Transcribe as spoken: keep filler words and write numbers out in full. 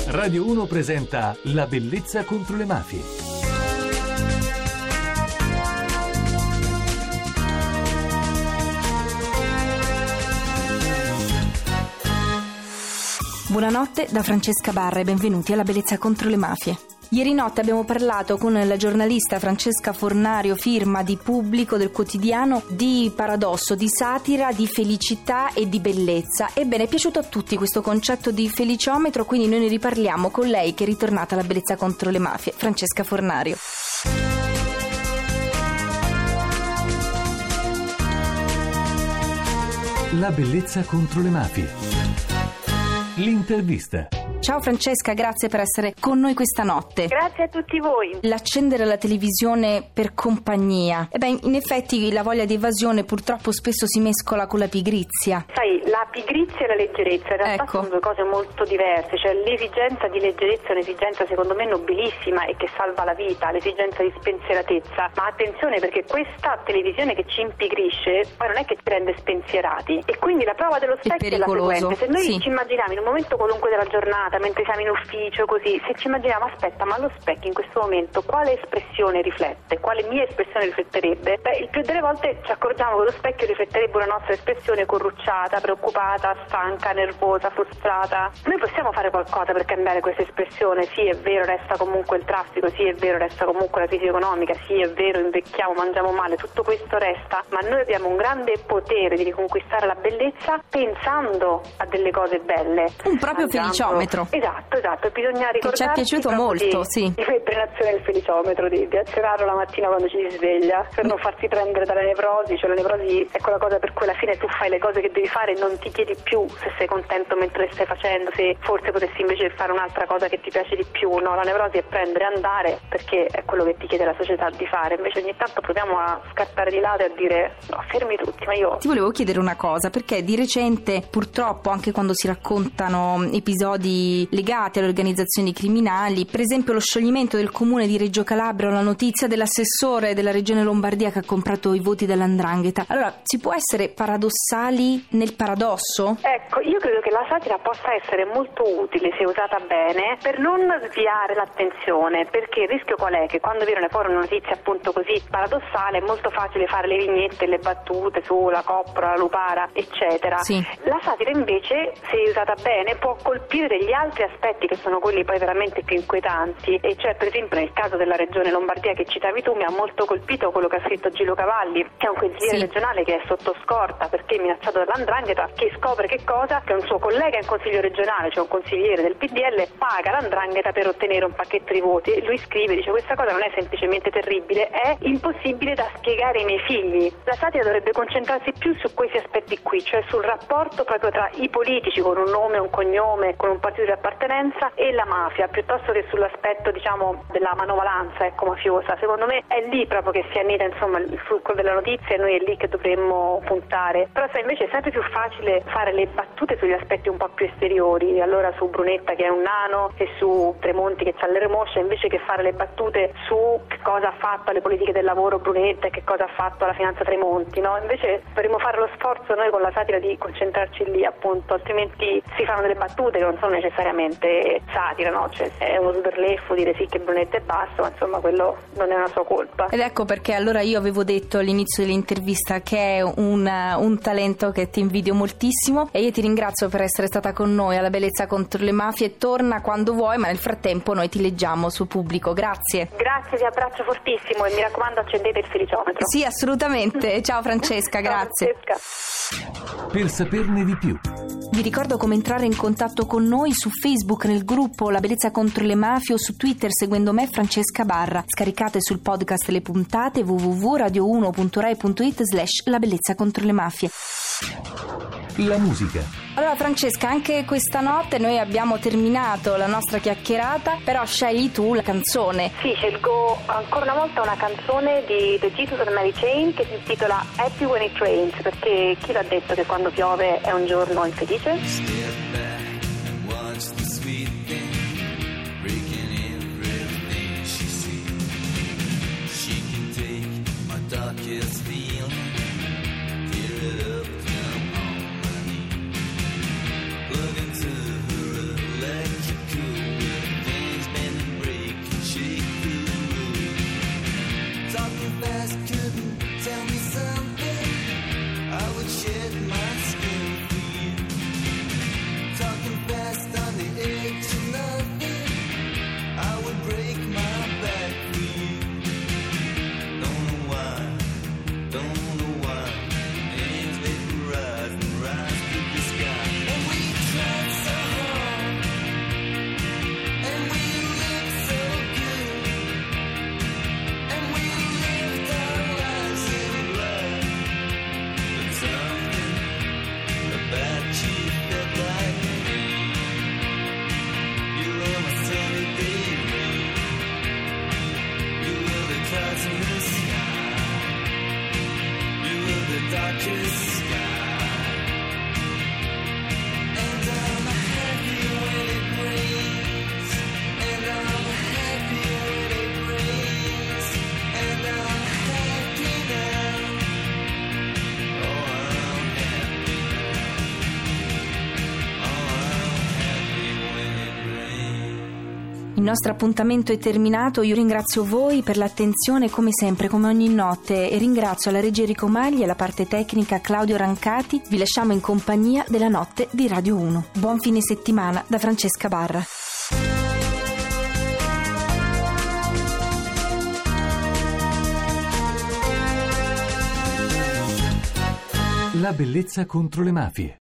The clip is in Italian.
Radio uno presenta La bellezza contro le mafie. Buonanotte da Francesca Barra e benvenuti alla Bellezza contro le mafie. Ieri notte abbiamo parlato con la giornalista Francesca Fornario, firma di Pubblico del quotidiano, di paradosso, di satira, di felicità e di bellezza. Ebbene, è piaciuto a tutti questo concetto di feliciometro, quindi noi ne riparliamo con lei che è ritornata alla Bellezza contro le mafie, Francesca Fornario. La bellezza contro le mafie. L'intervista. Ciao Francesca, grazie per essere con noi questa notte. Grazie a tutti voi. L'accendere la televisione per compagnia. E beh, in effetti la voglia di evasione purtroppo spesso si mescola con la pigrizia. Sai, la pigrizia e la leggerezza in realtà ecco. sono due cose molto diverse. Cioè l'esigenza di leggerezza è un'esigenza secondo me nobilissima e che salva la vita, l'esigenza di spensieratezza. Ma attenzione, perché questa televisione che ci impigrisce poi non è che ci rende spensierati. E quindi la prova dello specchio è, è la seguente. Se noi sì. ci immaginiamo in un momento qualunque della giornata, mentre siamo in ufficio così, se ci immaginiamo, aspetta, ma lo specchio in questo momento quale espressione riflette? Quale mia espressione rifletterebbe? Beh, il più delle volte ci accorgiamo che lo specchio rifletterebbe una nostra espressione corrucciata, preoccupata, stanca, nervosa, frustrata. Noi possiamo fare qualcosa per cambiare questa espressione. Sì, è vero, resta comunque il traffico, sì, è vero, resta comunque la crisi economica, sì, è vero, invecchiamo, mangiamo male, tutto questo resta, ma noi abbiamo un grande potere di riconquistare la bellezza pensando a delle cose belle. Un proprio Mangiando. feliciometro. Esatto, esatto, bisogna ricordarsi. Che ci è piaciuto molto, di, sì. Di fibrillazione del feliciometro, di, di azionarlo la mattina quando ci si sveglia, per non farsi prendere dalla nevrosi. Cioè la nevrosi è quella cosa per cui alla fine tu fai le cose che devi fare e non ti chiedi più se sei contento mentre le stai facendo, se forse potessi invece fare un'altra cosa che ti piace di più. No, la nevrosi è prendere e andare perché è quello che ti chiede la società di fare. Invece ogni tanto proviamo a scattare di lato e a dire no, fermi tutti, ma io... Ti volevo chiedere una cosa, perché di recente purtroppo anche quando si raccontano episodi legati alle organizzazioni criminali, per esempio lo scioglimento del comune di Reggio Calabria o la notizia dell'assessore della regione Lombardia che ha comprato i voti dell''ndrangheta. Allora, si può essere paradossali nel paradosso? Ecco, io credo che la satira possa essere molto utile se usata bene per non sviare l'attenzione, perché il rischio qual è? Che quando viene fuori una notizia appunto così paradossale è molto facile fare le vignette, le battute sulla coppola, la lupara, eccetera. Sì. La satira invece, se usata bene, può colpire degli altri aspetti che sono quelli poi veramente più inquietanti, e cioè per esempio nel caso della regione Lombardia che citavi tu mi ha molto colpito quello che ha scritto Gillo Cavalli, che è un consigliere sì. regionale che è sotto scorta perché è minacciato dall'andrangheta, che scopre che cosa? Che un suo collega in consiglio regionale, cioè un consigliere del P D L, paga l'andrangheta per ottenere un pacchetto di voti, e lui scrive, dice questa cosa non è semplicemente terribile, è impossibile da spiegare ai miei figli. La satira dovrebbe concentrarsi più su questi aspetti qui, cioè sul rapporto proprio tra i politici con un nome, un cognome, con un partito di appartenenza e la mafia, piuttosto che sull'aspetto diciamo della manovalanza ecco mafiosa. Secondo me è lì proprio che si annida insomma il fulcro della notizia e noi è lì che dovremmo puntare. Però sai, invece è sempre più facile fare le battute sugli aspetti un po' più esteriori, allora su Brunetta che è un nano e su Tremonti che c'ha le remosce, invece che fare le battute su che cosa ha fatto alle politiche del lavoro Brunetta e che cosa ha fatto alla finanza Tremonti, no? Invece dovremmo fare lo sforzo noi con la satira di concentrarci lì appunto, altrimenti si fanno delle battute che non sono necessariamente satira, no? Cioè è uno sberleffo dire sì che Brunetta è basso, ma insomma quello non è una sua colpa. Ed ecco perché allora io avevo detto all'inizio dell'intervista che è un, un talento che ti invidio moltissimo, e io ti ringrazio per essere stata con noi alla Bellezza contro le mafie. Torna quando vuoi, ma nel frattempo noi ti leggiamo su Pubblico. Grazie. Grazie, vi abbraccio fortissimo e mi raccomando accendete il feliciometro. Sì, assolutamente. Ciao Francesca, Ciao, grazie. Francesca. Per saperne di più. Vi ricordo come entrare in contatto con noi su Facebook nel gruppo La Bellezza contro le mafie o su Twitter seguendo me Francesca Barra. Scaricate sul podcast le puntate w w w punto radio uno punto rai punto it slash La Bellezza contro le mafie. La musica. Allora Francesca, anche questa notte noi abbiamo terminato la nostra chiacchierata, però scegli tu la canzone. Sì, scelgo ancora una volta una canzone di The Jesus and Mary Chain che si intitola Happy When It Rains, perché chi l'ha detto che quando piove è un giorno infelice? Step back and watch the sweet thing, breaking everything she sees. She can take my darkest feeling, tear it up, down on my knees. Plug into her electrical Il nostro appuntamento è terminato, io ringrazio voi per l'attenzione come sempre, come ogni notte, e ringrazio la regia Enrico Magli e la parte tecnica Claudio Rancati. Vi lasciamo in compagnia della notte di Radio uno. Buon fine settimana da Francesca Barra. La bellezza contro le mafie.